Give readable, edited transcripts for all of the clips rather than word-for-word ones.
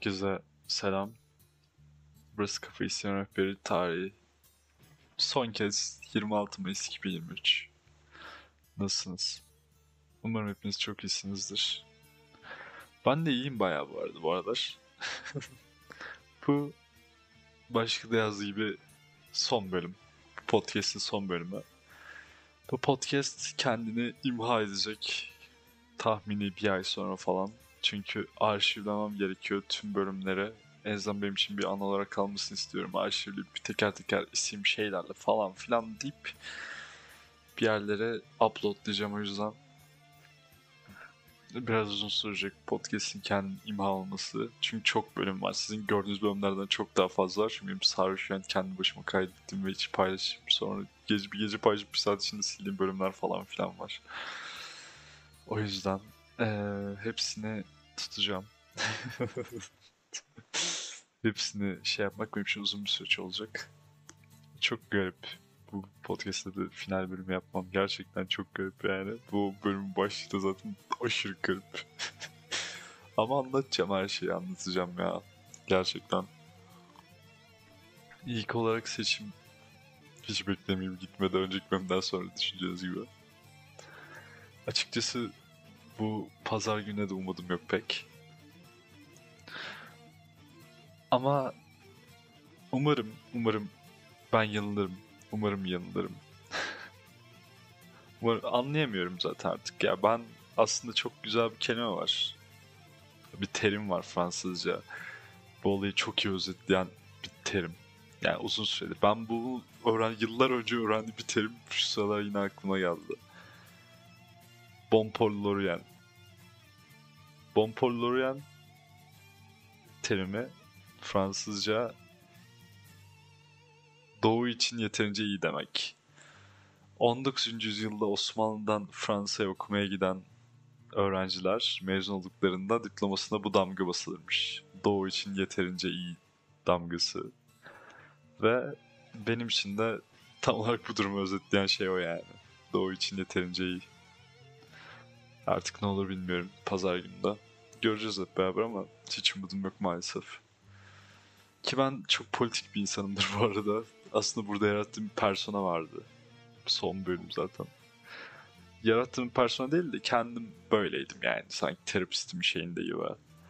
Herkese selam. Burası Kafa İsyan Rehberi tarihi. Son kez 26 Mayıs 2023. Nasılsınız? Umarım hepiniz çok iyisinizdir. Ben de iyiyim bayağı bu arada bu aralar. Bu başlıkta yazdığı gibi son bölüm. Podcast'in son bölümü. Bu podcast kendini imha edecek tahmini bir ay sonra falan. Çünkü arşivlemem gerekiyor tüm bölümleri. En azından benim için bir an olarak kalmasını istiyorum. Arşivleyip bir teker teker isim şeylerle falan filan deyip bir yerlere uploadlayacağım o yüzden. Biraz uzun sürecek podcast'in kendi imha olması. Çünkü çok bölüm var. Sizin gördüğünüz bölümlerden çok daha fazla var. Çünkü benim sarhoşken kendi başıma kaydettiğim ve hiç paylaşıp sonra bir gece paylaşıp bir saat içinde sildiğim bölümler falan filan var. O yüzden hepsini tutacağım. Hepsini şey yapmak benim için uzun bir süreç olacak. Çok garip. Bu podcast'ta da final bölümü yapmam gerçekten çok garip yani. Bu bölümün başlığı da zaten aşırı garip. Ama anlatacağım, her şeyi anlatacağım ya. Gerçekten. İlk olarak seçim hiç beklemeyeyim, gitmeden önceki bölümden sonra düşüneceğiz gibi. Açıkçası bu pazar gününe de umudum yok pek. Ama umarım ben yanılırım. Umarım yanılırım. Anlayamıyorum zaten artık ya. Ben aslında çok güzel bir kelime var. Bir terim var Fransızca. Bu olayı çok iyi özetleyen bir terim. Yani uzun süredir. Ben bu yıllar önce öğrendiğim bir terim şu sıralar yine aklıma geldi. Bon Paul Lorien. Bon Paul Lorien terimi Fransızca doğu için yeterince iyi demek. 19. yüzyılda Osmanlı'dan Fransa'ya okumaya giden öğrenciler mezun olduklarında diplomasına bu damga basılırmış. Doğu için yeterince iyi damgası. Ve benim için de tam olarak bu durumu özetleyen şey o yani. Doğu için yeterince iyi. Artık ne olur bilmiyorum pazar günü. Göreceğiz hep beraber ama hiç umudum yok maalesef. Ki ben çok politik bir insanımdır bu arada. Aslında burada yarattığım bir persona vardı. Son bölüm zaten. Yarattığım persona değil de kendim böyleydim yani. Sanki terapistim şeyinde gibi.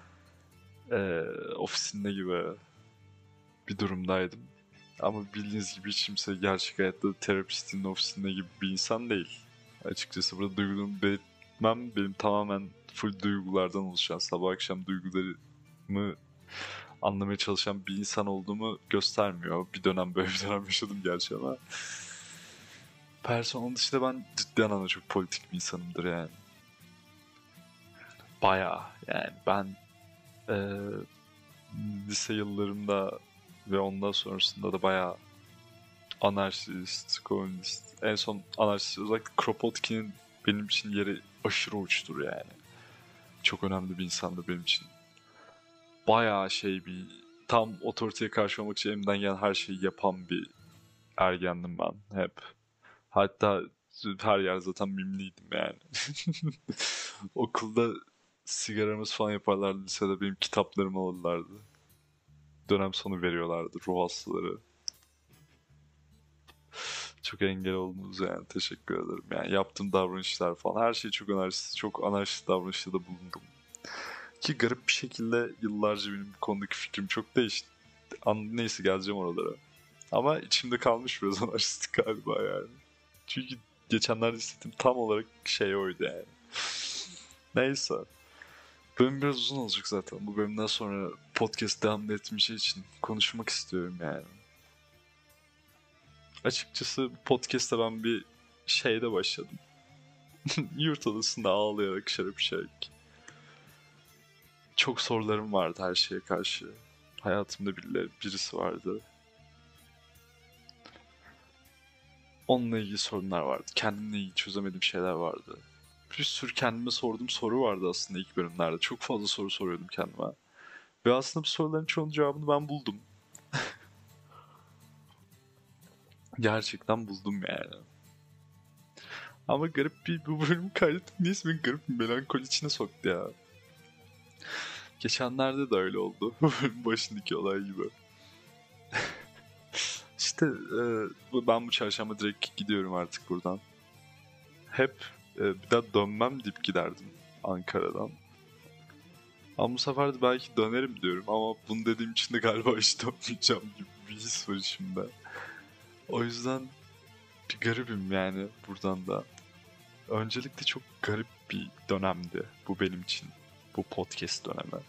Ofisinde gibi bir durumdaydım. Ama bildiğiniz gibi hiç kimse gerçek hayatta terapistin ofisinde gibi bir insan değil. Açıkçası burada duygularımı belirtmem benim tamamen full duygulardan oluşan, sabah akşam duygularımı anlamaya çalışan bir insan olduğumu göstermiyor. Bir dönem böyle bir dönem yaşadım gerçi ama personel dışında ben ciddi anlamda çok politik bir insanımdır yani. Bayağı yani ben eee, lise yıllarımda ve ondan sonrasında da bayağı anarşist, komünist. En son anarşist özellikle Kropotkin'in benim için yeri aşırı uçtur yani. Çok önemli bir insandı benim için. Bayağı şey bir tam otoriteye karşı olmak için elimden gelen her şeyi yapan bir ergendim ben hep. Hatta her yer zaten mimliydim yani. Okulda sigaramız falan yaparlardı, lisede benim kitaplarımı alırlardı. Dönem sonu veriyorlardı ruh hastaları. Çok engel oldunuz yani, teşekkür ederim. Yani yaptığım davranışlar falan her şey çok anarşist davranışta da bulundum. Ki garip bir şekilde yıllarca benim bu konudaki fikrim çok değişti. Neyse geleceğim oralara. Ama içimde kalmış biraz anarşist galiba yani. Çünkü geçenlerde hissettiğim tam olarak şey oydu yani. Neyse. Bölüm biraz uzun olacak zaten. Bu bölümden sonra podcast devam etmeyeceği için konuşmak istiyorum yani. Açıkçası podcast'ta ben bir şeyde başladım. Yurt odasında ağlayarak, şarap içerek. Çok sorularım vardı her şeye karşı. Hayatımda birisi vardı. Onunla ilgili sorunlar vardı. Kendimle ilgili çözemediğim şeyler vardı. Bir sürü kendime sorduğum soru vardı aslında ilk bölümlerde. Çok fazla soru soruyordum kendime. Ve aslında bu soruların çoğunun cevabını ben buldum. Gerçekten buldum yani. Ama garip bir bu bölümü kaydettim. Neyse beni garip bir melankoli içine soktu ya. Geçenlerde de öyle oldu. Başındaki olay gibi. İşte ben bu çarşamba direkt gidiyorum artık buradan. Hep bir daha dönmem deyip giderdim Ankara'dan. Ama bu sefer de belki dönerim diyorum ama bunu dediğim için de galiba hiç dönmeyeceğim gibi bir his var içimde. O yüzden bir garibim yani buradan da. Öncelikle çok garip bir dönemdi bu benim için. Bu podcast dönemi.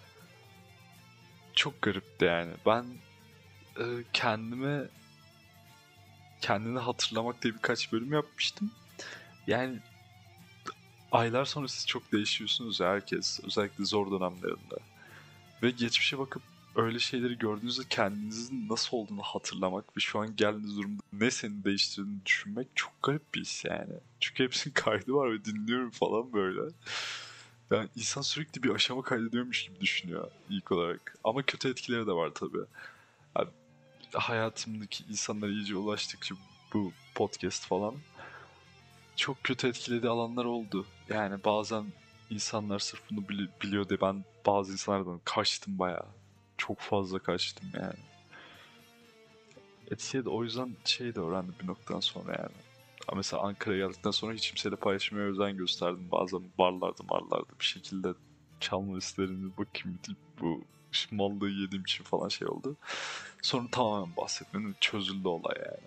Çok garipti yani. Ben kendime kendini hatırlamak diye birkaç bölüm yapmıştım. Yani aylar sonra siz çok değişiyorsunuz ya herkes. Özellikle zor dönemlerinde. Ve geçmişe bakıp öyle şeyleri gördüğünüzde kendinizin nasıl olduğunu hatırlamak ve şu an geldiğiniz durumda ne seni değiştirdiğini düşünmek çok garip bir his yani. Çünkü hepsinin kaydı var ve dinliyorum falan böyle. Yani insan sürekli bir aşama kaydediyormuş gibi düşünüyor ilk olarak. Ama kötü etkileri de var tabii. Yani hayatımdaki insanlara iyice ulaştıkça bu podcast falan çok kötü etkilediği alanlar oldu. Yani bazen insanlar sırf bunu biliyor diye ben bazı insanlardan kaçtım bayağı. Çok fazla kaçtım yani. Etkiledi o yüzden şey de öğrendim bir noktadan sonra yani. Ama mesela Ankara'ya geldikten sonra hiç kimseyle paylaşmaya özen gösterdim. Bazen barlarda bir şekilde çalma listelerine bakayım deyip bu mallığı yediğim için falan şey oldu. Sonra tamamen bahsetmenin çözüldü olay yani.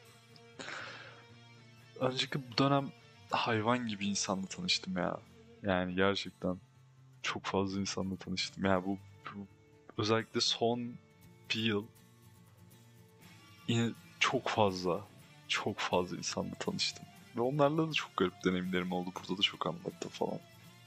Önceki bu dönem hayvan gibi insanla tanıştım ya. Yani gerçekten çok fazla insanla tanıştım. Yani bu özellikle son bir yıl yine çok fazla insanla tanıştım. Ve onlarla da çok garip deneyimlerim oldu. Burada da çok anlattım falan.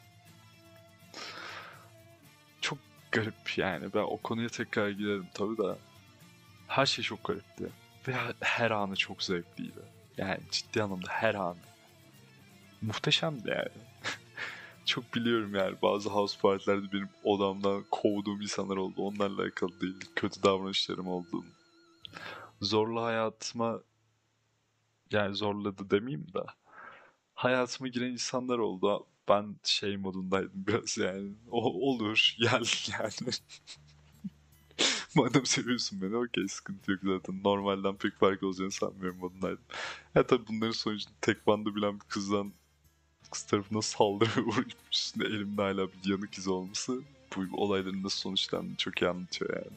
Çok garip yani. Ben o konuya tekrar girerim tabii de. Her şey çok garipti. Ve her anı çok zevkliydi. Yani ciddi anlamda her anı. Muhteşemdi yani. Çok biliyorum yani bazı house partilerde benim odamdan kovduğum insanlar oldu. Onlarla alakalı değil. Kötü davranışlarım oldu. Zorla hayatıma yani zorladı demeyeyim de hayatıma giren insanlar oldu. Ben şey modundaydım biraz yani. O, olur gel yani. Madem seviyorsun beni okey sıkıntı yok zaten. Normalden pek fark olacağını sanmıyorum modundaydım. Ya tabii bunların sonucunda tekvando bilen bir kız tarafından saldırı uğrayıp üstünde elimde hala bir yanık izi olması bu olayların nasıl sonuçlandığını çok iyi anlatıyor yani.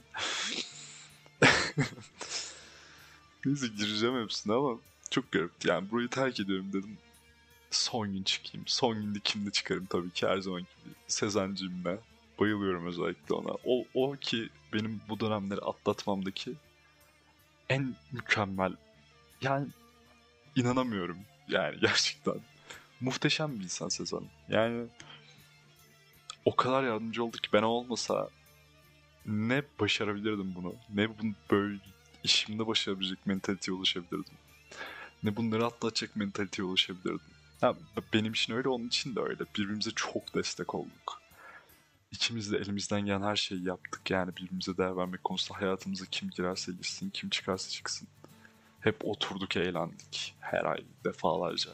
Neyse gireceğim hepsine ama çok garipti. Yani burayı terk ediyorum dedim. Son gün çıkayım. Son günde kimle çıkarım tabii ki her zaman gibi. Sezen'cimle. Bayılıyorum özellikle ona. O ki benim bu dönemleri atlatmamdaki en mükemmel. Yani inanamıyorum. Yani gerçekten. Muhteşem bir insan Sezen. Yani o kadar yardımcı oldu ki ben olmasa ne başarabilirdim bunu. Ne bunu böyle işimde başarabilecek mentaliteye ulaşabilirdim. Ne bunları atlatacak mentaliteye ulaşabilirdim. Ha, benim için öyle, onun için de öyle. Birbirimize çok destek olduk. İkimiz de elimizden gelen her şeyi yaptık. Yani birbirimize değer vermek konusunda hayatımıza kim girerse girsin, kim çıkarsa çıksın. Hep oturduk, eğlendik. Her ay defalarca.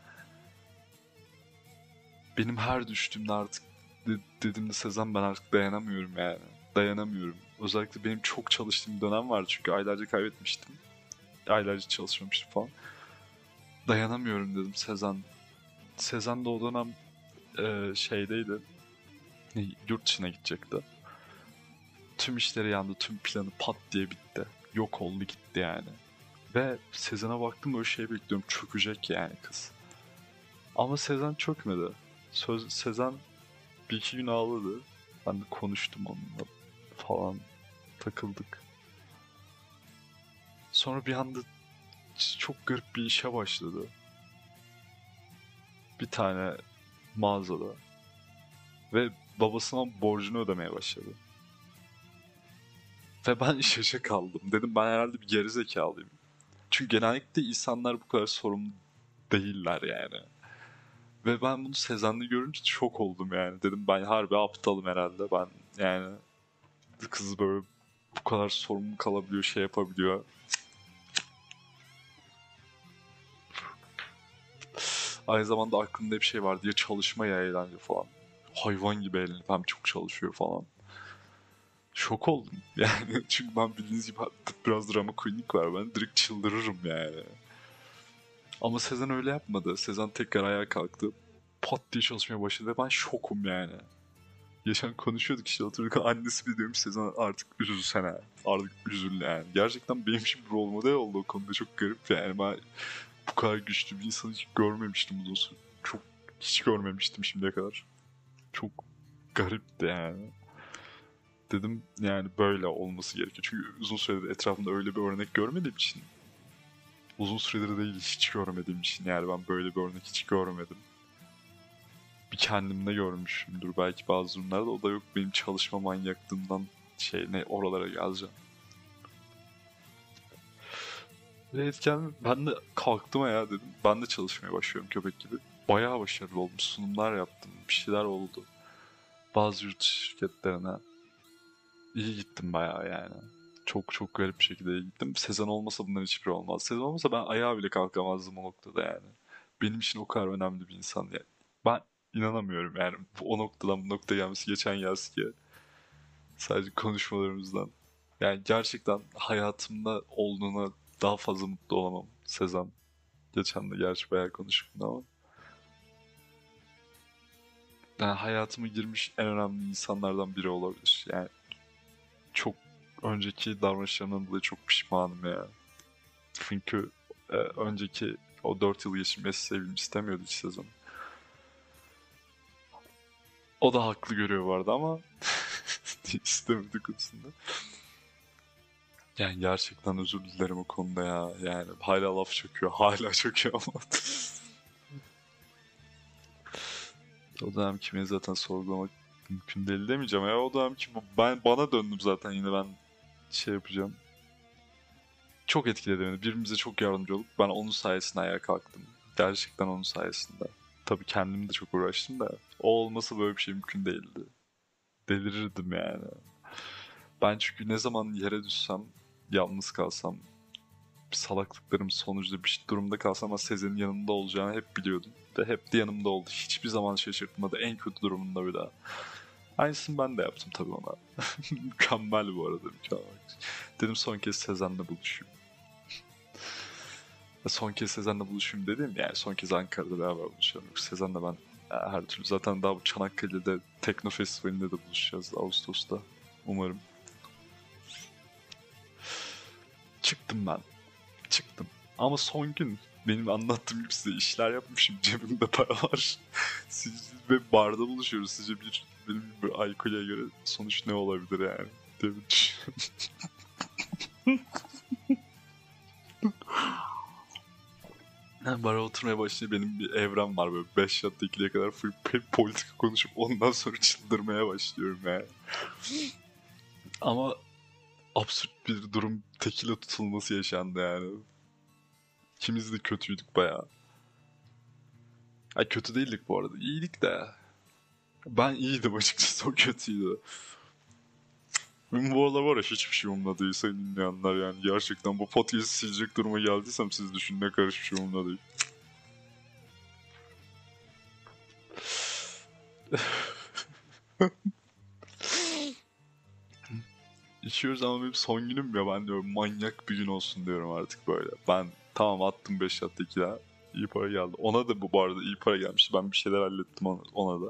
Benim her düştüğümde artık dediğimde Sezen ben artık dayanamıyorum yani. Dayanamıyorum. Özellikle benim çok çalıştığım bir dönem vardı çünkü aylarca kaybetmiştim. Aylarca çalışmamıştım falan. Dayanamıyorum dedim Sezen. Sezen de o dönem şeydeydi. Yurt dışına gidecekti. Tüm işleri yandı, tüm planı pat diye bitti. Yok oldu gitti yani. Ve Sezen'e baktım böyle şey bekliyorum, çökecek yani kız. Ama Sezen çökmedi. Sezen bir iki gün ağladı. Ben de konuştum onunla falan, takıldık. Sonra bir anda çok garip bir işe başladı. Bir tane mağazada. Ve babasına borcunu ödemeye başladı. Ve ben şaşa kaldım. Dedim ben herhalde bir geri zekalıyım. Çünkü genellikle insanlar bu kadar sorumlu değiller yani. Ve ben bunu Sezen'de görünce şok oldum yani. Dedim ben harbi aptalım herhalde. Ben yani kız böyle bu kadar sorumlu kalabiliyor, şey yapabiliyor. Aynı zamanda aklımda hep şey vardı ya çalışma ya eğlence falan. hayvan gibi eğlenip hem çok çalışıyor falan. Şok oldum yani çünkü ben bildiğiniz gibi biraz drama queenlik var, ben direkt çıldırırım yani. Ama Sezen öyle yapmadı. Sezen tekrar ayağa kalktı. Pat diye çalışmaya başladı ve ben şokum yani. Geçen konuşuyorduk işte, otururken annesi bir demiş Sezen artık üzülsene. Artık üzül yani. Gerçekten benim için bir rol model oldu o konuda, çok garip yani. Ben bu kadar güçlü bir insanı hiç görmemiştim uzun süre. Çok, hiç görmemiştim şimdiye kadar. Çok garipti yani. Dedim yani böyle olması gerekiyor. Çünkü uzun süredir etrafımda öyle bir örnek görmediğim için. Uzun süredir değil, hiç görmediğim için yani, ben böyle bir örnek hiç görmedim. Bir kendimde görmüşümdür belki bazı durumlarda, o da yok benim çalışma manyaklığımdan ne oralara geleceğim. Ve etken ben de kalktım ya, dedim ben de çalışmaya başlıyorum köpek gibi. Bayağı başarılı oldum, sunumlar yaptım, bir şeyler oldu. Bazı yurt şirketlerine iyi gittim bayağı yani. Çok çok garip bir şekilde iyi gittim. Sezen olmasa bunların hiçbiri olmaz. Sezen olmasa ben ayağa bile kalkamazdım o noktada yani. Benim için o kadar önemli bir insan yani. Ben inanamıyorum yani o noktadan bu noktaya gelmesi geçen yaz ki. Sadece konuşmalarımızdan. Yani gerçekten hayatımda olduğuna daha fazla mutlu olamam Sezen. Geçen de gerçi bayağı konuştum ama. Yani hayatıma girmiş en önemli insanlardan biri olabilir. Yani çok önceki davranışlarımdan dolayı çok pişmanım ya. Çünkü önceki o 4 yıl geçirmesi sevgilim istemiyordu hiç Sezen. O da haklı görüyor bu arada ama istemedi konusunda. Yani gerçekten özür dilerim o konuda ya. Yani hala laf çakıyor. Hala çakıyor ama. O dönem kimi zaten sorgulamak mümkün değil demeyeceğim ya. O dönem ki ben bana döndüm zaten, yine ben yapacağım. Çok etkiledi beni. Birbirimize çok yardımcı olduk. Ben onun sayesinde ayağa kalktım. Gerçekten onun sayesinde. Tabii kendim de çok uğraştım da. O olmasa böyle bir şey mümkün değildi. Delirirdim yani. Ben çünkü ne zaman yere düşsem, yalnız kalsam, salaklıklarım sonucunda bir durumda kalsam ama Sezen'in yanında olacağını hep biliyordum. Ve hep de yanımda oldu. Hiçbir zaman şaşırtmadı, en kötü durumunda bile. Aynısını ben de yaptım tabii ona. Mükemmel bu arada, mükemmel. Dedim son kez Sezen'le buluşayım. Son kez Sezen'le buluşayım dedim yani, son kez Ankara'da beraber buluşalım. Yoksa Sezen'le ben her türlü zaten daha bu Çanakkale'de Tekno Festivali'nde de buluşacağız Ağustos'ta. Umarım. Çıktım ben. Çıktım. Ama son gün benim anlattığım gibi size işler yapmışım. Cebimde para var. Ve barda buluşuyoruz. Sizce benim bir alkole göre sonuç ne olabilir yani? Diye bir yani bara oturmaya başlayınca benim bir evrem var böyle 5 yatta 2'ye kadar full politika konuşup ondan sonra çıldırmaya başlıyorum yani. Ama absürt bir durum, tekile tutulması yaşandı yani. İkimiz de kötüydük bayağı. Ay kötü değildik bu arada. İyiydik de. Ben iyiydim açıkçası, o kötüydü. Benim bu aralar var ya hiçbir şey umurumda değil sayın dinleyenler yani. Gerçekten bu podcast'i silecek duruma geldiysem siz düşünün, ne karış bir şey umurumda değil. İçiyoruz ama benim son günüm ya, ben diyorum manyak bir gün olsun diyorum artık böyle. Ben tamam attım 5 yattı 2 daha. İyi para geldi. Ona da bu arada iyi para gelmişti. Ben bir şeyler hallettim ona da.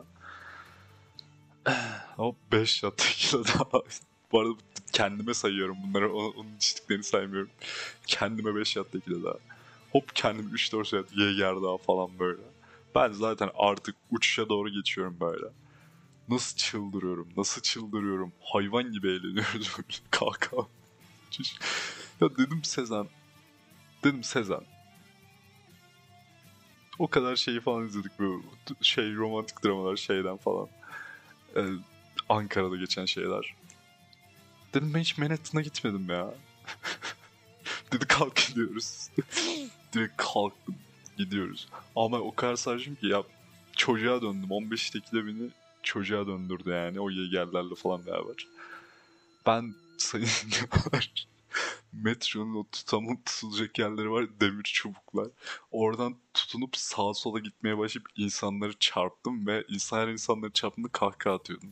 Ama 5 yattı 2 daha. Bu arada kendime sayıyorum bunları. Onun içtiklerini saymıyorum. Kendime 5 yattı 2 daha. Hop kendime 3-4 yat Yeger daha falan böyle. Ben zaten artık uçuşa doğru geçiyorum böyle. Nasıl çıldırıyorum, nasıl çıldırıyorum. Hayvan gibi eğleniyoruz. Kaka. Ya dedim Sezen. O kadar şeyi falan izledik böyle romantik dramalar şeyden falan. Ee, Ankara'da geçen şeyler. Dedim ben hiç Manhattan'a gitmedim ya. Dedi kalk gidiyoruz. Direkt kalktım gidiyoruz. Ama o kadar sarhoşum ki ya, çocuğa döndüm. 15'teki de beni çocuğa döndürdü yani o yegerlerle falan beraber. Ben sayın Metronun o tutulacak yerleri var. Demir çubuklar. Oradan tutunup sağa sola gitmeye başlayıp insanları çarptım ve her insanları çarptığında kahkaha atıyordum.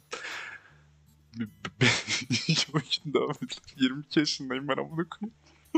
O gün devam edilir. 22 yaşındayım ben amına koyayım.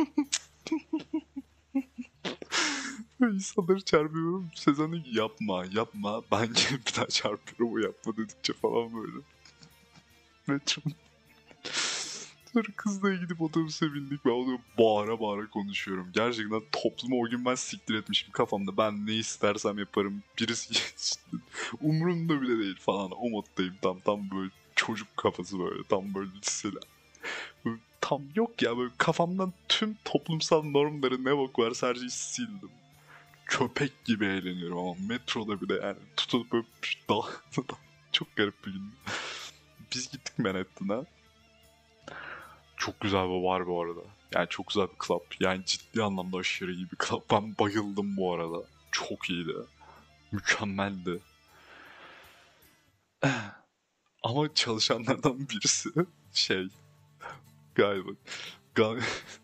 İnsanları çarpıyorum. Sezen diyor ki yapma yapma. Ben gelip bir daha çarpıyorum o yapma dedikçe falan böyle. Metron. Sonra kızla gidip otobüse bindik ve onu bağıra bağıra konuşuyorum. Gerçekten toplumu o gün ben siktir etmişim kafamda. Ben ne istersem yaparım. Birisi umurumda bile değil falan. O moddayım tam böyle çocuk kafası böyle. Tam böyle liseli. Böyle tam yok ya böyle kafamdan tüm toplumsal normları ne bok varsa her şeyi sildim. Köpek gibi eğleniyorum ama metroda bile yani tutulup böyle çok garip bir gün. Biz gittik Manhattan'a. Çok güzel bir bar bu arada. Yani çok güzel bir club. Yani ciddi anlamda aşırı iyi bir club. Ben bayıldım bu arada. Çok iyiydi. Mükemmeldi. Ama çalışanlardan birisi şey galiba Gam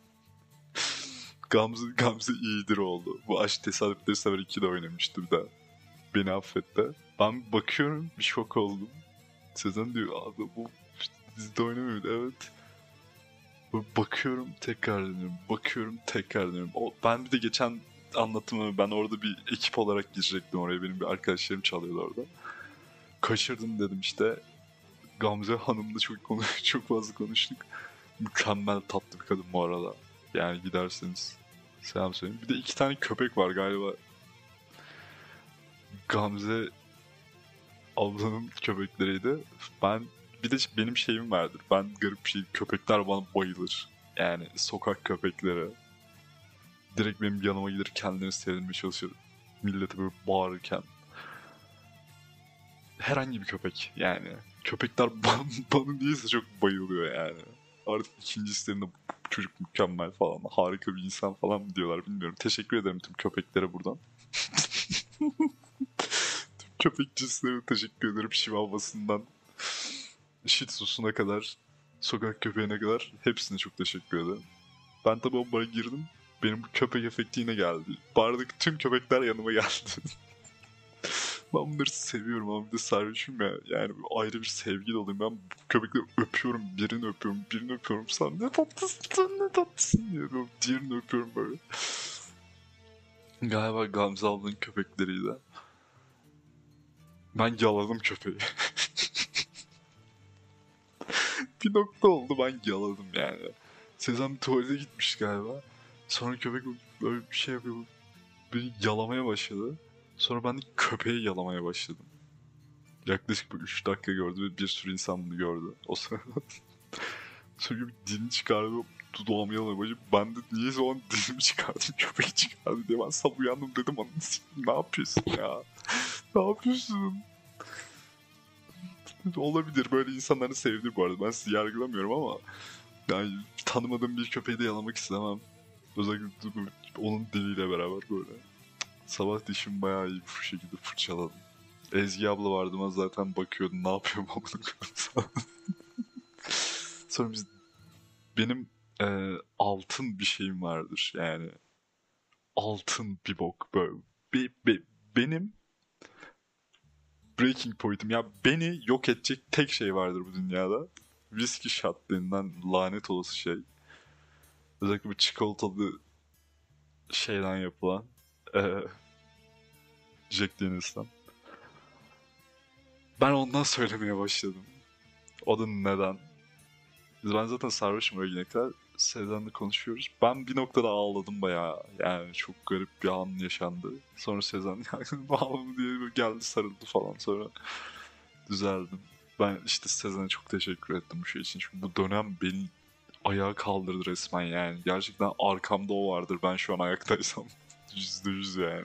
Gamze iyidir oldu. Bu Aşk Tesadüfleri Sever 2'de oynamıştı bir daha. Beni affetti. Ben bakıyorum bir şok oldum. Sezen diyor abi bu dizide oynamıyordu evet. Bakıyorum tekrar dönüyorum. Bakıyorum tekrar dönüyorum. Ben bir de geçen anlatımı ben orada bir ekip olarak girecektim oraya. Benim bir arkadaşlarım çalıyordu orada. Kaçırdım dedim işte. Gamze Hanım'la çok fazla konuştuk. Mükemmel tatlı bir kadın bu arada. Yani giderseniz selam söyleyin. Bir de 2 tane köpek var galiba. Gamze ablanın köpekleriydi. Bir de benim şeyim vardır. Ben garip bir şey köpekler bana bayılır. Yani sokak köpekleri. Direkt benim yanıma gelir kendini sevdirmeye çalışır. Millete böyle bağırırken. Herhangi bir köpek yani. Köpekler bana niyeyse çok bayılıyor yani. Artık ikinci hislerinde bu çocuk mükemmel falan, harika bir insan falan mı diyorlar bilmiyorum. Teşekkür ederim tüm köpeklere buradan. Tüm köpek cinslerine teşekkür ederim. Chihuahua'sından Shih Tzu'suna kadar, sokak köpeğine kadar hepsine çok teşekkür ederim. Ben tabii o bara girdim. Benim bu köpek efekti yine geldi. Bardaki tüm köpekler yanıma geldi. Ben bunları seviyorum ama bir de sarhoşum ya. Yani ayrı bir sevgi doluyum. Ben bu köpekleri öpüyorum. Birini öpüyorum. Birini öpüyorum. Sen ne tatlısın. Sen ne tatlısın diye. Diğerini öpüyorum böyle. Galiba Gamze ablanın köpekleriydi. Ben yaladım köpeği. Bir nokta oldu ben yaladım yani. Sezen bir tuvalete gitmiş galiba. Sonra köpek böyle bir şey yapıyor. Beni yalamaya başladı. Sonra ben de köpeği yalamaya başladım. Yaklaşık bir 3 dakika gördü ve bir sürü insan bunu gördü. O sırada sonra bir dilini çıkardı dudağımı yalamaya başladı. Ben de niyeyse o an dilimi çıkardım köpek çıkardı diye ben sabah uyandım dedim anasını sikeyim ne yapıyorsun ya? Ne yapıyorsun? Olabilir böyle insanların sevdiği bu arada ben sizi yargılamıyorum ama yani tanımadığım bir köpeği de yalamak istemem. Özellikle onun diliyle beraber böyle. Sabah dişim bayağı iyi bu şekilde fırçaladım. Ezgi abla vardı ama zaten bakıyordu ne yapıyorum amına koyayım. Sonra benim altın bir şeyim vardır yani altın bir bok böyle. Benim breaking point'im ya beni yok edecek tek şey vardır bu dünyada. Whiskey shot denilen lanet olası şey. Özellikle bu çikolatalı şeyden yapılan eee Jack Daniels'tan. Ben ondan söylemeye başladım. O da neden? Ben zaten sarhoşum öyle güne kadar. Sezen'le konuşuyoruz. Ben bir noktada ağladım bayağı. Yani çok garip bir an yaşandı. Sonra Sezen ağlama diye böyle geldi sarıldı falan. Sonra düzeldim. Ben işte Sezen'e çok teşekkür ettim bu şey için. Çünkü bu dönem beni ayağa kaldırdı resmen yani. Gerçekten arkamda o vardır ben şu an ayaktaysam. %100 yani.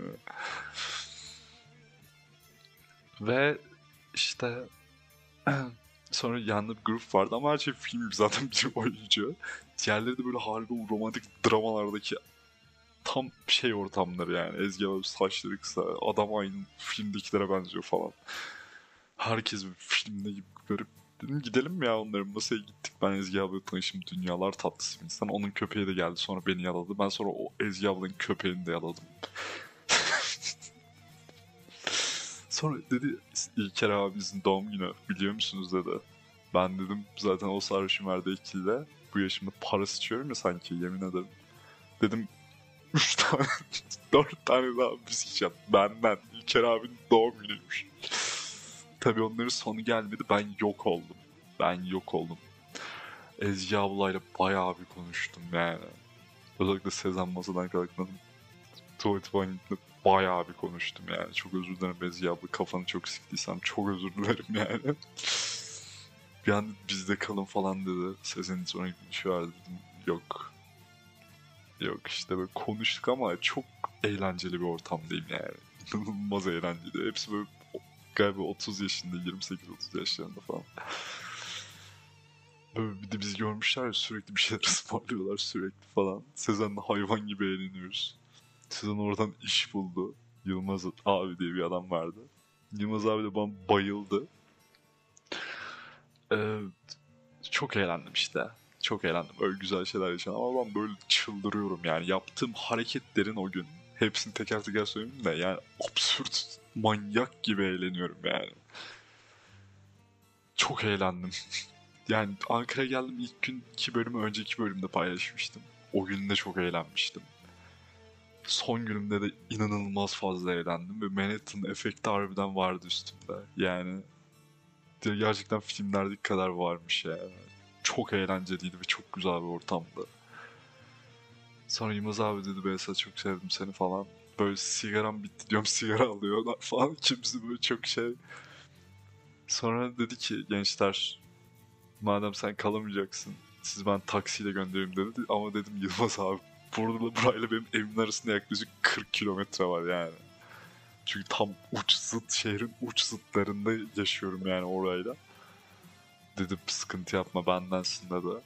Ve işte sonra yanında bir grup vardı ama her şey film gibi zaten bir oyuncu. Diğerleri de böyle harbi o romantik dramalardaki tam şey ortamları yani. Ezgi abi saçları kısa, adam aynı filmdekilere benziyor falan. Herkes bir filmde gibi garip. Dedim gidelim mi ya onların masaya gittik. Ben Ezgi ablayla tanıştım. Dünyalar tatlısı bir insan. Onun köpeği de geldi sonra beni yaladı. Ben sonra o Ezgi ablanın köpeğini de yaladım. Sonra dedi İlker abimizin doğum günü biliyor musunuz dedi. Ben dedim zaten o sarhoşum verdi ikili. Bu yaşımda para sıçıyorum ya sanki yemin ederim. Dedim 3 tane 4 tane daha bisküvi yap. Benden İlker abinin doğum günüymüş. Tabii onların sonu gelmedi. Ben yok oldum. Ben yok oldum. Ezgi ablayla bayağı bir konuştum yani. Özellikle Sezen masadan kalktım. Tuvalet falan gittim. Bayağı bir konuştum yani. Çok özür dilerim Ezgi abla. Kafanı çok siktiysem çok özür dilerim yani. Bir an bizde kalın falan dedi. Sezen'in sonra gidişi vardı dedim. Yok. Yok işte böyle konuştuk ama çok eğlenceli bir ortamdayım yani. İnanılmaz eğlenceli. Hepsi böyle galiba 30 yaşında, 28-30 yaşlarında falan. Böyle bir de bizi görmüşler ya sürekli bir şeyler ısmarlıyorlar sürekli falan. Sezen'le hayvan gibi eğleniyoruz. Sezen oradan iş buldu. Yılmaz abi diye bir adam vardı. Yılmaz abi de bana bayıldı. Ee, Çok eğlendim işte. Çok eğlendim. Öyle güzel şeyler yaşadım ama ben böyle çıldırıyorum yani. Yaptığım hareketlerin o gün. Hepsini teker teker söyleyeyim de yani absürt, manyak gibi eğleniyorum yani. Çok eğlendim. Yani Ankara'ya geldim ilk günkü bölümü önceki bölümde paylaşmıştım. O gün de çok eğlenmiştim. Son günümde de inanılmaz fazla eğlendim ve Manhattan efekti harbiden vardı üstümde. Yani gerçekten filmlerdeki kadar varmış yani. Çok eğlenceliydi ve çok güzel bir ortamdı. Sonra Yılmaz abi dedi Behzat çok sevdim seni falan. Böyle sigaram bitti diyorum sigara alıyorlar falan. Kimisi böyle çok şey. Sonra dedi ki gençler madem sen kalamayacaksın siz ben taksiyle göndereyim dedi. Ama dedim Yılmaz abi burayla benim evimin arasında yaklaşık 40 kilometre var yani. Çünkü tam uç zıt şehrin uç zıtlarında yaşıyorum yani orayla. Dedim sıkıntı yapma bendensin dedi.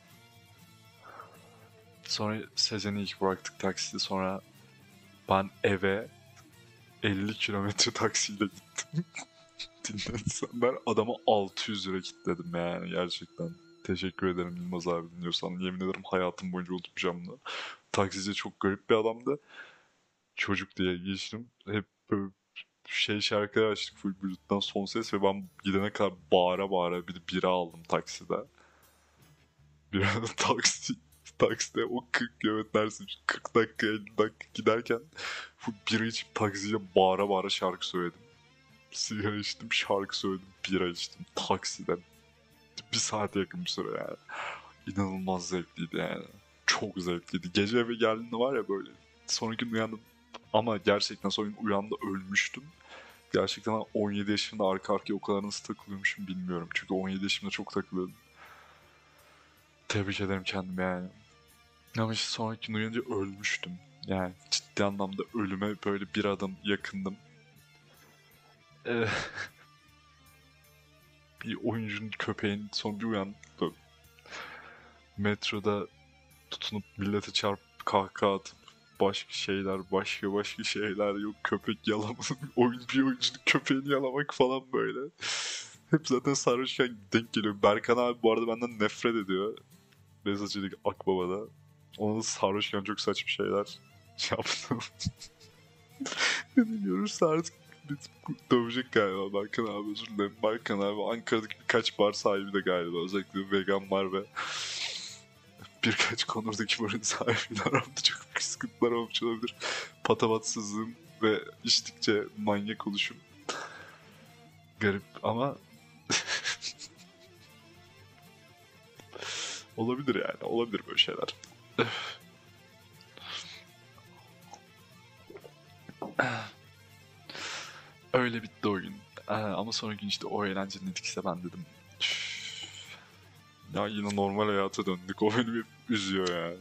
Sonra Sezen'i ilk bıraktık takside sonra ben eve 50 kilometre taksiyle gittim. Dinlersen ben adama 600 lira kilitledim yani gerçekten. Teşekkür ederim Yılmaz abi dinliyorsan. Yemin ederim hayatım boyunca unutmayacağım bunu. Taksici çok garip bir adamdı. Çocuk diye geçtim. Hep böyle şarkılar açtık full Bluetooth'tan son ses ve ben gidene kadar bağıra bağıra bir de bira aldım takside. Bira takside o 40 kilometre dersin 40 dakika 50 dakika giderken full bira içip taksiye bağıra bağıra şarkı söyledim. Sigara içtim, şarkı söyledim, bira içtim. Takside. Bir saate yakın bir süre yani. İnanılmaz zevkliydi yani. Çok zevkliydi. Gece eve geldiğinde var ya böyle. Sonraki gün uyandım. Ama gerçekten son gün uyandığımda ölmüştüm. Gerçekten ben 17 yaşında arka arkaya o kadar nasıl takılıyormuşum bilmiyorum. Çünkü 17 yaşımda çok takılıyordum. Tebrik ederim kendimi yani. Ama işte sonraki gün uyanınca ölmüştüm. Yani ciddi anlamda ölüme böyle bir adım yakındım. Ee, Bir oyuncunun köpeğin son bir uyan metroda tutunup millete çarpıp kahkaha atıp başka şeyler yok köpek yalamak bir oyuncunun köpeğini yalamak falan böyle. Hep zaten sarhoşken denk geliyor. Berkan abi bu arada benden nefret ediyor. Bezacılık Akbaba'da. Ona da sarhoşken çok saçma şeyler yaptım. Beni görürse artık dövecek galiba Berkan abi özür dilerim. Berkan abi Ankara'daki birkaç bar sahibi de galiba özellikle vegan bar ve birkaç konudaki barın sahibiyle aramda çok büyük sıkıntılar olmuş olabilir. Patavatsızlığım ve içtikçe manyak oluşum. Garip ama olabilir yani olabilir böyle şeyler. Öyle bitti o gün. Ama sonraki gün işte o eğlencenin etkisi ben dedim. "Üf, ya yine normal hayata döndük. O beni hep üzüyor yani.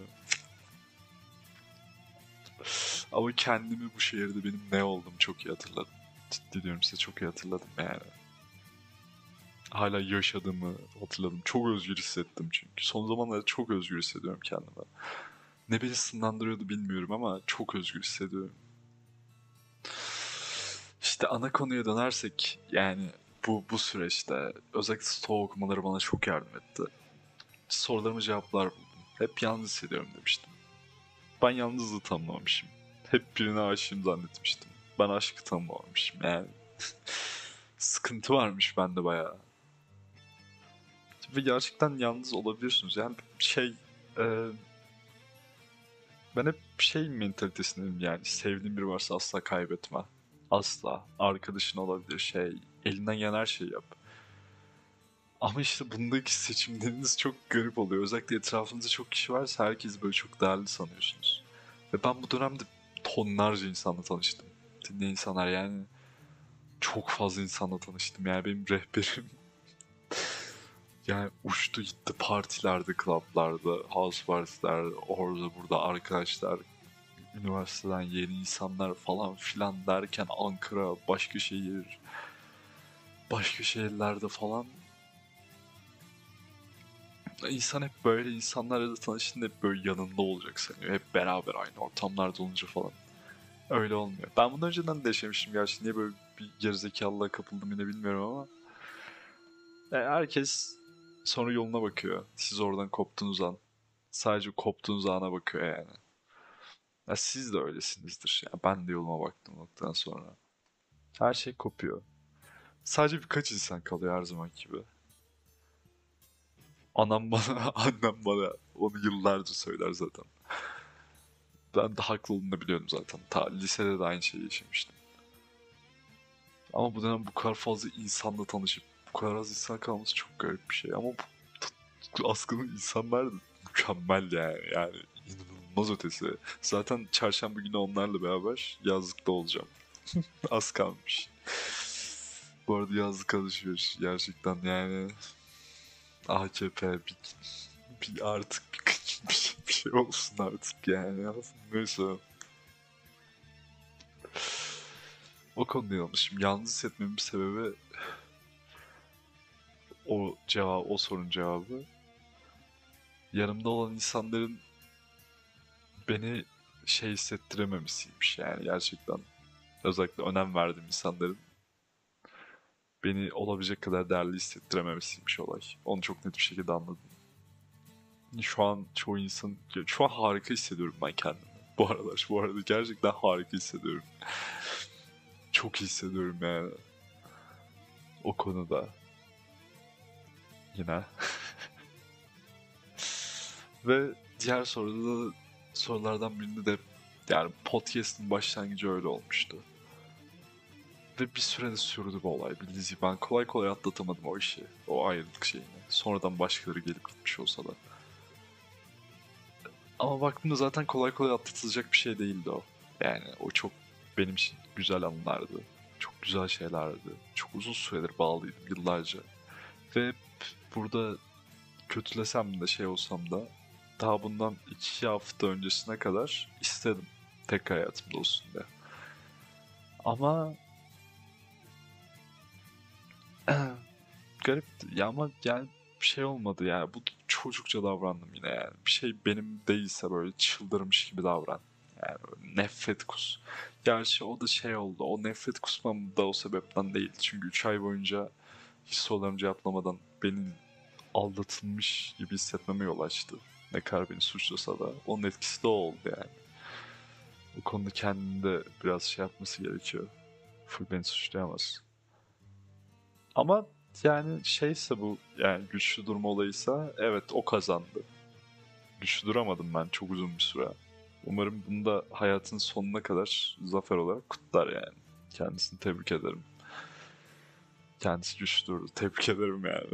Ama kendimi bu şehirde benim ne oldum çok iyi hatırladım. Ciddi diyorum size çok iyi hatırladım yani. Hala yaşadığımı hatırladım. Çok özgür hissettim çünkü. Son zamanlarda çok özgür hissediyorum kendime. Ne beni sınırlandırıyordu bilmiyorum ama çok özgür hissediyorum. İşte ana konuya dönersek yani bu süreçte özellikle stoğu okumaları bana çok yardım etti. Sorularıma cevaplar buldum. Hep yalnız hissediyorum demiştim. Ben yalnızlığı tanımlamışım. Hep birine aşığım zannetmiştim. Ben aşkı tanımlamışım yani. Sıkıntı varmış bende bayağı. Ve gerçekten yalnız olabiliyorsunuz. Yani e, ben hep mentalitesindeyim yani. Sevdiğin biri varsa asla kaybetme. Asla. Arkadaşın olabilir elinden gelen her şeyi yap. Ama işte bundaki seçimleriniz çok garip oluyor. Özellikle etrafınızda çok kişi varsa herkes böyle çok değerli sanıyorsunuz. Ve ben bu dönemde tonlarca insanla tanıştım. Dinleyen insanlar yani çok fazla insanla tanıştım. Yani benim rehberim yani uçtu gitti partilerde, klaplarda, house partiler, orada burada arkadaşlar, üniversiteden yeni insanlar falan filan derken Ankara, başka şehir, başka şehirlerde falan. İnsan hep böyle insanlarla da tanıştığında hep böyle yanında olacak sanıyor. Hep beraber aynı ortamlarda olunca falan. Öyle olmuyor. Ben bunu önceden de yaşamıştım gerçi. Niye böyle bir gerizekalılığa kapıldım yine bilmiyorum ama. Yani herkes sonra yoluna bakıyor. Siz oradan koptuğunuz an. Sadece koptuğunuz ana bakıyor yani. Ya siz de öylesinizdir. Ya ben de yoluma baktım noktadan sonra. Her şey kopuyor. Sadece birkaç insan kalıyor her zaman gibi. Anam bana, annem bana onu yıllarca söyler zaten. Ben de haklı olduğunu biliyorum zaten. Ta lisede de aynı şeyi yaşamıştım. Ama bu dönem bu kadar fazla insanla tanışıp bu kadar az insan kalması çok garip bir şey. Ama bu askının insanlar da mükemmel yani. Yani inanılmaz ötesi. Zaten çarşamba günü onlarla beraber yazlıkta olacağım. Az kalmış. Bu arada yazlık alışveriş gerçekten yani AKP bir artık bir şey olsun artık yani. Neyse. O konuda yanlışım. Yalnız hissetmemin sebebi o sorunun cevabı. Yanımda olan insanların beni hissettirememesiymiş yani gerçekten. Özellikle önem verdiğim insanların beni olabilecek kadar değerli hissettirememesiymiş olay. Onu çok net bir şekilde anladım. Şu an şu an harika hissediyorum ben kendimi. Bu arada gerçekten harika hissediyorum. Çok iyi hissediyorum yani. O konuda. Yine. Ve diğer sorulardan birinde de yani podcast'ın başlangıcı öyle olmuştu. Ve bir sürede sürdü bu olay. Bildiğiniz gibi ben kolay kolay atlatamadım o işi. O ayrılık şeyini. Sonradan başkaları gelip gitmiş olsa da. Ama baktığımda zaten kolay kolay atlatılacak bir şey değildi o. Yani o çok benim için güzel anılardı. Çok güzel şeylerdi. Çok uzun süredir bağlıydım yıllarca. Ve burada kötülesem de olsam da daha bundan 2 hafta öncesine kadar istedim tek hayatımda olsun diye. Ama garipti ya ama yani bir şey olmadı yani bu çocukça davrandım yine yani bir şey benim değilse böyle çıldırmış gibi davran yani böyle nefret kus. Gerçi o da oldu o nefret kusmam da o sebepten değil çünkü 3 ay boyunca hiç sorularımı cevaplamadan beni aldatılmış gibi hissetmeme yol açtı. Ne kadar beni suçlasa da onun etkisi de o oldu yani. Bu konuda kendini de biraz yapması gerekiyor. Full beni suçlayamaz. Ama yani bu yani güçlü durma olayıysa evet o kazandı. Güçlü duramadım ben çok uzun bir süre. Umarım bunu da hayatın sonuna kadar zafer olarak kutlar yani. Kendisini tebrik ederim. Kendisi güçlü durdu. Tebrik ederim yani.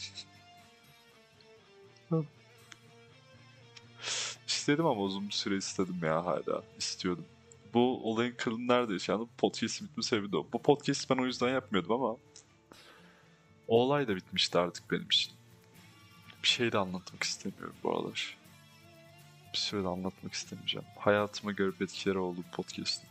İstedim ama uzun bir süre istedim ya hala. İstiyordum. Bu olayın kılını nerede yaşandı? Podcast'in bitme sebebi de o. Bu podcast'i ben o yüzden yapmıyordum ama o olay da bitmişti artık benim için. Bir şey de anlatmak istemiyorum bu aralar. Bir süre de anlatmak istemeyeceğim. Hayatıma garip etkileri oldu bu podcast'in.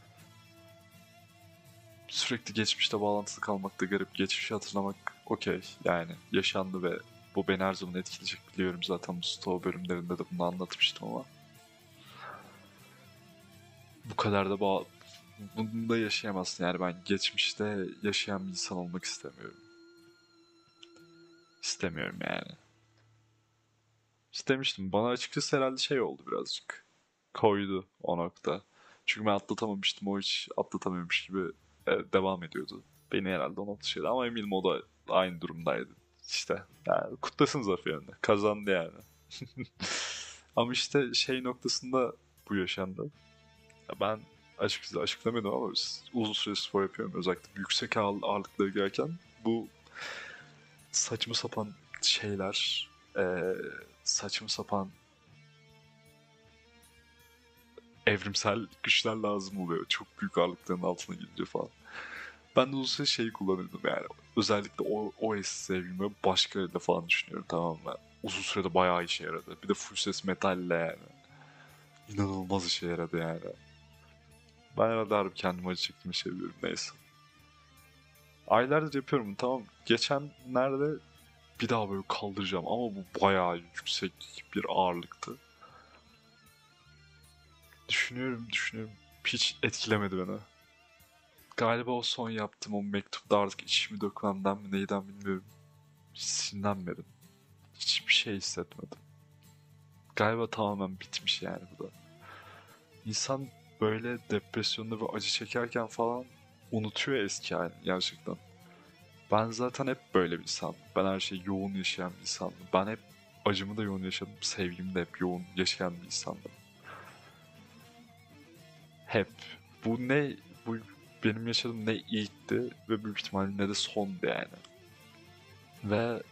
Sürekli geçmişte bağlantılı kalmak da garip. Geçmişi hatırlamak okey. Yani yaşandı ve bu beni her zaman etkileyecek biliyorum zaten bu Stowe bölümlerinde de bunu anlatmıştım ama bu kadar da Bunu da yaşayamazsın yani, ben geçmişte yaşayan bir insan olmak istemiyorum. İstemiyorum yani. İstemiştim. Bana açıkçası herhalde şey oldu birazcık. Koydu o nokta. Çünkü ben atlatamamıştım. O hiç atlatamıyormuş gibi devam ediyordu. Beni herhalde o nokta şeydi. Ama eminim o da aynı durumdaydı. İşte yani kutlasın zaferini. Kazandı yani. Ama işte şey noktasında bu yaşandı. Ya ben açıkçası açıklamıyordum ama uzun süre spor yapıyorum. Özellikle yüksek ağırlıklara girerken bu saçma sapan şeyler, saçma sapan evrimsel güçler lazım oluyor. Çok büyük ağırlıkların altına girince falan. Ben de uzun süre şeyi kullanıyordum yani. Özellikle o sevgimi başkalarıyla falan düşünüyorum, tamam mı? Uzun sürede bayağı işe yaradı. Bir de full ses metalle yani. İnanılmaz işe yaradı yani. Ben herhalde harbi kendime acı çektiğimi seviyorum, neyse. Aylardır yapıyorum bunu, tamam. Geçenlerde bir daha böyle kaldıracağım ama bu bayağı yüksek bir ağırlıktı. Düşünüyorum. Hiç etkilemedi beni. Galiba o son yaptığım o mektupta artık içimi dökmemden mi neyden bilmiyorum. Hiç sinirlenmedim. Hiçbir şey hissetmedim. Galiba tamamen bitmiş yani bu da. İnsan böyle depresyonda ve acı çekerken falan unutuyor eski halini gerçekten. Ben zaten hep böyle bir insandım. Ben her şeyi yoğun yaşayan bir insandım. Ben hep acımı da yoğun yaşadım. Sevgimi de hep yoğun yaşayan bir insandım. Hep. Bu ne, bu benim yaşadığım ne ilkti ve büyük ihtimalle ne de sondu yani. Ve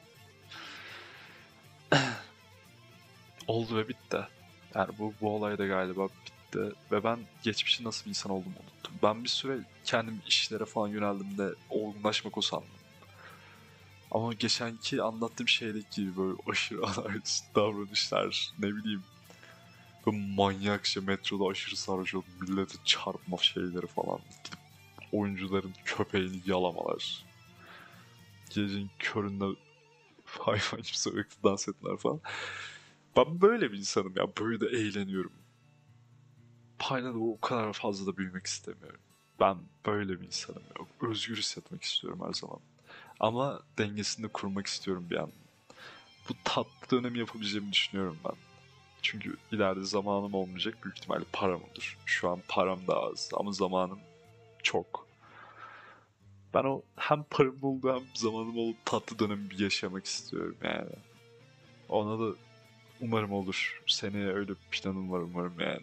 oldu ve bitti. Yani bu olay da galiba bitti. Ve ben geçmişte nasıl bir insan olduğumu unuttum. Ben bir süre kendim işlere falan yöneldiğimde olgunlaşmak o sandım. Ama geçenki anlattığım şeydeki gibi böyle aşırı anarşist davranışlar, ne bileyim, böyle manyakça metroda aşırı sarhoş olup millete çarpma şeyleri falan. Gidip oyuncuların köpeğini yalamalar. Gecenin köründe hayvan gibi sokakta dans etmeler falan. Ben böyle bir insanım ya. Böyle de eğleniyorum. Hala da o kadar fazla da büyümek istemiyorum. Ben böyle bir insanım ya. Özgür hissetmek istiyorum her zaman. Ama dengesini de kurmak istiyorum bir an. Bu tatlı dönemi yapabileceğimi düşünüyorum ben. Çünkü ileride zamanım olmayacak. Büyük ihtimalle param olur. Şu an param da az ama zamanım çok. Ben o hem param oldu hem zamanım olup tatlı dönemi bir yaşamak istiyorum yani. Ona da umarım olur. Seneye öyle bir planım var umarım yani.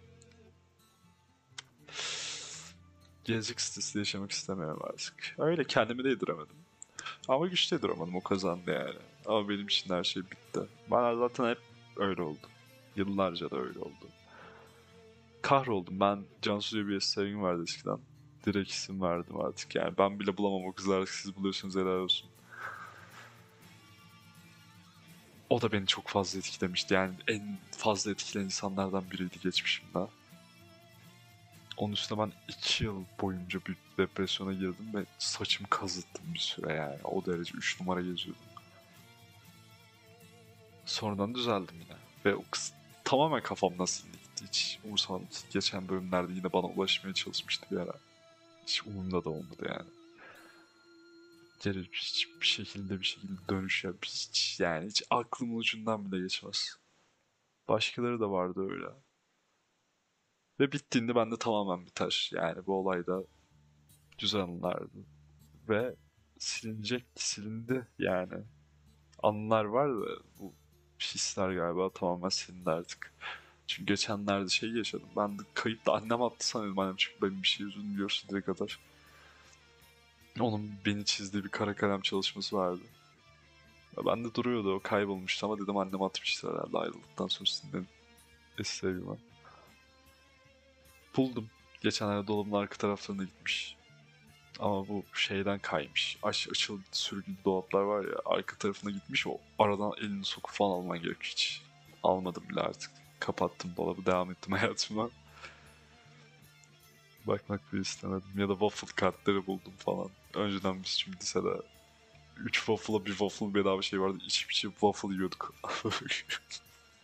Gelecek stresi yaşamak istemiyorum artık. Öyle kendimi de yediremedim. Ama güçte yediramadım, o kazandı yani. Ama benim için her şey bitti. Bana zaten hep öyle oldu. Yıllarca da öyle oldu. Kahroldum. Ben Cansu diye bir sevgim vardı eskiden. Direkt isim verdim artık yani. Ben bile bulamam, o kızlar artık siz buluyorsunuz, helal olsun. O da beni çok fazla etkilemişti. Yani en fazla etkileyen insanlardan biriydi geçmişimde. Onun üstüne ben 2 yıl boyunca bir depresyona girdim ve saçımı kazıttım bir süre yani. O derece 3 numara geziyordum. Sonradan düzeldim yine. Ve o kız tamamen kafamdan sildi gitti. Hiç umursamadım ki. Geçen bölümlerde yine bana ulaşmaya çalışmıştı bir ara. Hiç umurumda da olmadı yani. Geri hiçbir şekilde dönüş yap. Hiç yani, hiç aklımın ucundan bile geçmez. Başkaları da vardı öyle. Ve bittiğinde bende tamamen biter. Yani bu olayda güzel anılardı. Ve silinecek, silindi yani. Anılar var da bu hisler galiba tamamen silindi artık. Çünkü geçenlerde şey yaşadım. Ben de kayıpta annem attı sanıyordum. Annem çünkü benim bir şey yüzünü biliyorsun direkt kadar. Onun beni çizdiği bir kara kalem çalışması vardı. Ben de duruyordu, o kaybolmuştu ama dedim annem atmıştı herhalde ayrıldıktan sonra sizin eski sevgime. Buldum. Geçenlerde dolabın arka taraflarına gitmiş. Ama bu şeyden kaymış. Açılı sürgülü dolaplar var ya, arka tarafına gitmiş, o aradan elini sokup falan alman gerekiyor hiç. Almadım bile artık. Kapattım dolabı, devam ettim hayatıma. Bakmak bile istemedim. Ya da waffle kartları buldum falan. Önceden biz çünkü lisede 3 waffle'a bir waffle bedava şey vardı. İçip içip waffle yiyorduk.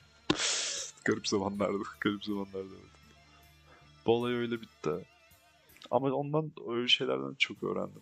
Garip zamanlardı. Garip zamanlardı, evet. Bu olay öyle bitti. Ama ondan öyle şeylerden çok öğrendim.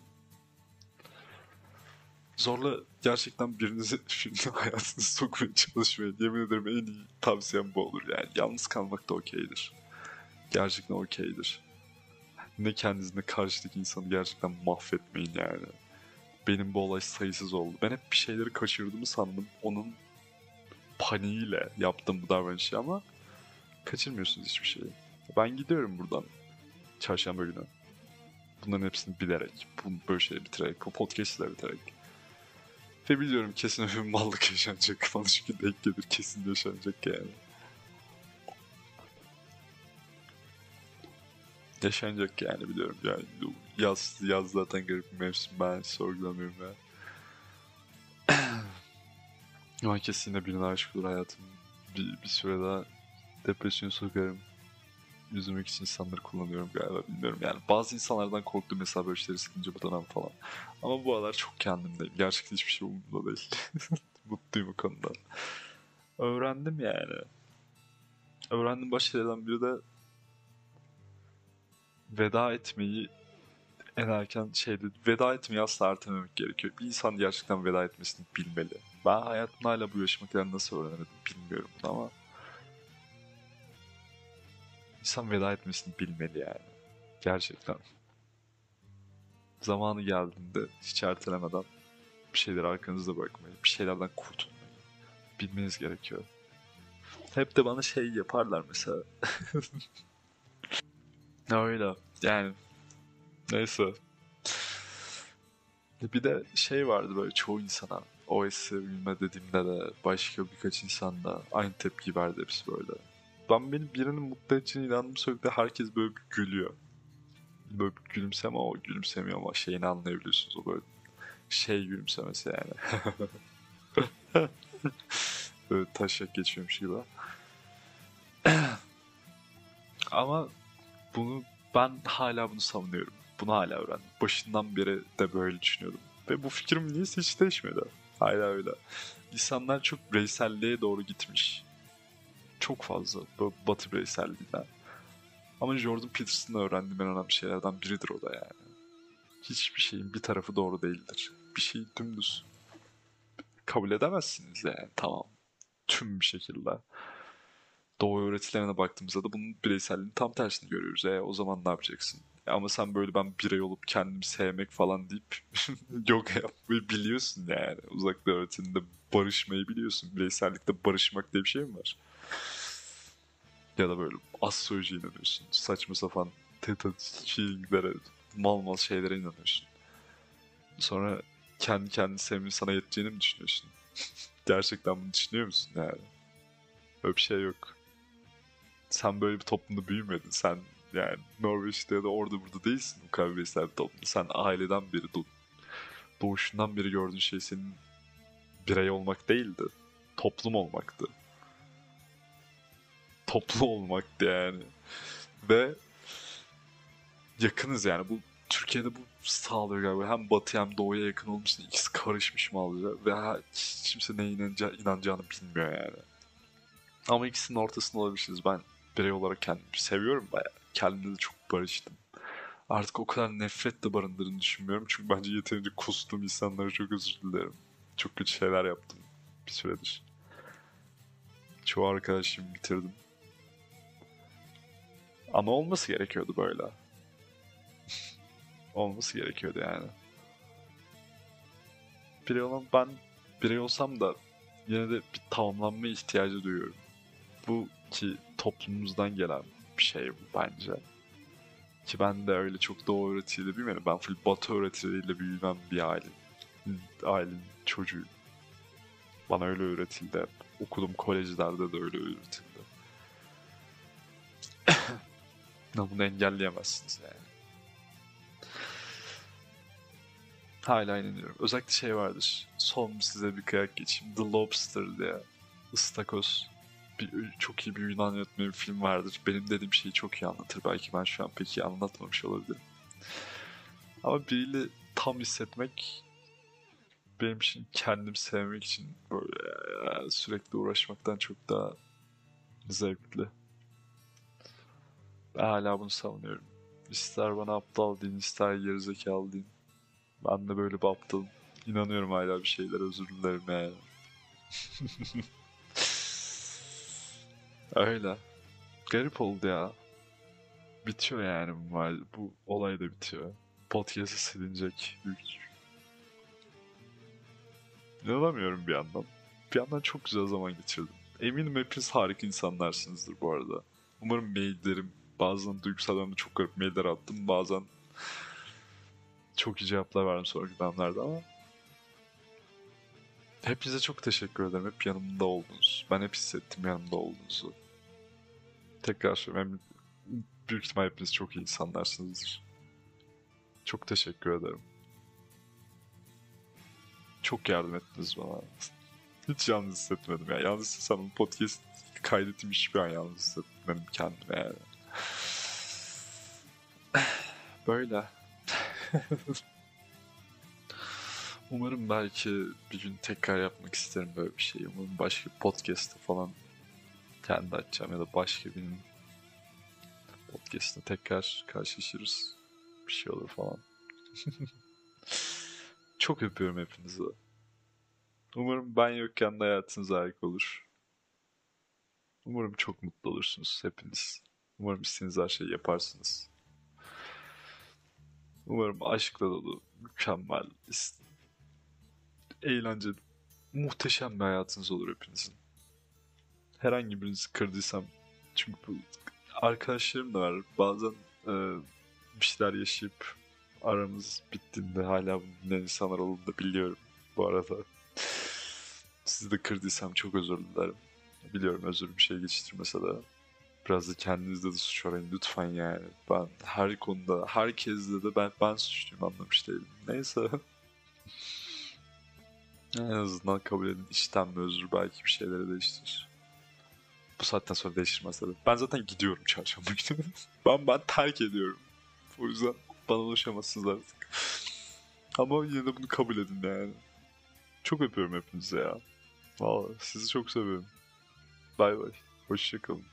Zorla gerçekten birinizi filmde hayatınızı sokmaya çalışmayın. Yemin ederim en iyi tavsiyem bu olur yani. Yalnız kalmak da okeydir. Gerçekten okeydir. Ne kendinizi ne karşıdaki insanı gerçekten mahvetmeyin yani. Benim bu olay sayısız oldu. Ben hep bir şeyleri kaçırdığımı sandım. Onun paniğiyle yaptım bu davranışı ama kaçırmıyorsunuz hiçbir şeyi. Ben gidiyorum buradan çarşamba günü. Bunların hepsini bilerek, böyle şeyleri bitirerek, bu podcast'ları bitirerek. Ve biliyorum kesin öyle bir mallık yaşanacak. Bana çünkü denk gelir, kesin yaşanacak yani. Yaşanacak yani biliyorum yani. Yaz zaten garip bir mevsim, ben sorgulamıyorum ya. Ama kesin de birine aşık olur hayatım. Bir süre daha depresyona sokarım. Üzülmek için insanları kullanıyorum galiba, bilmiyorum yani. Bazı insanlardan korktum mesela böyle şeyleri sıkınca bu dönem falan. Ama bu aralar çok kendimdeyim. Gerçekten hiçbir şey umurumda değil. Mutluyum bu konuda. Öğrendim yani. Öğrendim başka şeylerden biri de veda etmeyi en erken şeyde veda etmeyi asla ertelememek gerekiyor. Bir insan gerçekten veda etmesini bilmeli. Ben hayatımda hala bu yaşıma kadar nasıl öğrenemedim bilmiyorum ama insan veda etmesini bilmeli yani. Gerçekten. Zamanı geldiğinde hiç ertelemeden bir şeyleri arkanızda bırakmayı, bir şeylerden kurtulmayı bilmeniz gerekiyor. Hep de bana şey yaparlar mesela. Öyle. Yani neyse. Bir de şey vardı böyle çoğu insana. OS bilme dediğimde de başka birkaç insan da aynı tepki verdi hepsi böyle. Ben beni birinin mutlu edeceğine inandığım sürece herkes böyle bir gülüyor. Böyle bir gülümseme, o gülümsemiyor ama şeyini anlayabiliyorsunuz, o böyle şey gülümsemesi yani. Böyle taşak geçiyormuş gibi. Ama bunu hala bunu savunuyorum. Bunu hala öğrendim. Başından beri de böyle düşünüyordum. Ve bu fikrim niyeyse hiç değişmedi. Hala öyle. İnsanlar çok bireyselliğe doğru gitmiş. Çok fazla. Böyle batı bireyselliğinden. Ama Jordan Peterson'da öğrendiğim en önemli şeylerden biridir o da yani. Hiçbir şeyin bir tarafı doğru değildir. Bir şeyi dümdüz kabul edemezsiniz yani, tamam. Tüm bir şekilde. Doğu öğretilerine baktığımızda da bunun bireyselliğinin tam tersini görüyoruz. O zaman ne yapacaksın? Ama sen böyle ben birey olup kendimi sevmek falan deyip yoga yapmayı biliyorsun yani. Uzak Doğu öğretiminde barışmayı biliyorsun. Bireysellikte barışmak diye bir şey mi var? Ya da böyle astrolojiye inanıyorsun. Saçma sapan teta şeylere, mal şeylere inanıyorsun. Sonra kendi kendini sevmenin sana yeteceğini mi düşünüyorsun? Gerçekten bunu düşünüyor musun yani? Öyle bir şey yok. Sen böyle bir toplumda büyümedin. Sen yani Norveç'te ya da orada burada değilsin bu kadar bireysel bir toplumda. Sen aileden beri, doğuşundan beri gördüğün şey senin birey olmak değildi. Toplum olmaktı. Toplu olmaktı yani. Ve yakınız yani. Bu Türkiye'de bu sağlıyor galiba. Hem batı hem doğuya yakın olmuş. İkisi karışmış malca. Ve hiç kimse neye inanacağını bilmiyor yani. Ama ikisinin ortasında olabilirsiniz. Ben birey olarak kendimi seviyorum bayağı. Kendimle de çok barıştım. Artık o kadar nefret de barındırdığını düşünmüyorum. Çünkü bence yeterince kustum, insanlara çok özür dilerim. Çok kötü şeyler yaptım bir süredir. Çoğu arkadaşımı bitirdim. Ama olması gerekiyordu böyle. Olması gerekiyordu yani. Ben birey olsam da yine de bir tamamlanma ihtiyacı duyuyorum. Bu ki toplumumuzdan gelen bir şey bu bence. Ki ben de öyle çok doğu öğretiyle büyümedim. Ben full batı öğretileriyle büyüyen bir ailenin çocuğuyum. Bana öyle öğretildi. Okuduğum kolejlerde de öyle öğretildi. Bunu engelleyemezsiniz yani. Hala inanıyorum. Özellikle şey vardır. Son size bir kıyak geçeyim. The Lobster diye. Istakoz. Çok iyi bir Yunan yönetmeni bir film vardır. Benim dediğim şeyi çok iyi anlatır. Belki ben şu an pek iyi anlatmamış olabilirim. Ama biriyle tam hissetmek benim için, kendim sevmek için böyle sürekli uğraşmaktan çok daha zevkli. Ben hala bunu savunuyorum. İster bana aptal deyin, ister gerizekalı deyin. Ben de böyle bir aptalım. İnanıyorum hala bir şeyler, özür dilerim yani. Öyle. Garip oldu ya. Bitiyor yani bu olay da bitiyor. Podcast'ı silinecek. İnanamıyorum bir yandan. Bir yandan çok güzel zaman geçirdim. Eminim hepiniz harika insanlarsınızdır bu arada. Umarım maillerim, bazen duygusal anlamda çok garip mailler attım. Bazen çok iyi cevaplar verdim sonraki dönemlerde ama hepinize çok teşekkür ederim. Hep yanımda oldunuz. Ben hep hissettim yanımda olduğunuzu. Tekrar söylüyorum. Büyük ihtimal hepiniz çok iyi insanlarsınızdır. Çok teşekkür ederim. Çok yardım ettiniz bana. Hiç yalnız hissetmedim ya. Yalnız hissetmedim. Podcast kaydettiğim hiçbir an yalnız hissetmedim kendime yani. Böyle. Umarım belki bir gün tekrar yapmak isterim böyle bir şey. Umarım başka bir podcast'te falan kendi açacağım ya da başka birinin podcast'te tekrar karşılaşırız. Bir şey olur falan. Çok öpüyorum hepinizi. Umarım ben yokken de hayatınız harika olur. Umarım çok mutlu olursunuz hepiniz. Umarım istediğiniz her şeyi yaparsınız. Umarım aşkla dolu, mükemmel, eğlenceli, muhteşem bir hayatınız olur hepinizin. Herhangi birinizi kırdıysam, çünkü bu arkadaşlarım da var. Bazen bir şeyler yaşayıp aramız bittiğinde hala bunu dinleyen insanlar olduğunu da biliyorum bu arada. Sizi de kırdıysam çok özür dilerim. Biliyorum özür bir şey geçiştirmese de. Biraz da kendinizde de suç arayın lütfen yani. Ben her konuda, herkesle de ben suçluyum anlamış değilim. Neyse. En azından kabul edin. İşten mi özür belki bir şeyleri değiştirir. Bu saatten sonra değiştirmez tabii. Ben zaten gidiyorum çarşamba günü. Ben terk ediyorum. O yüzden bana ulaşamazsınız artık. Ama yine de bunu kabul edin yani. Çok öpüyorum hepinize ya. Vallahi sizi çok seviyorum. Bay bay. Hoşçakalın.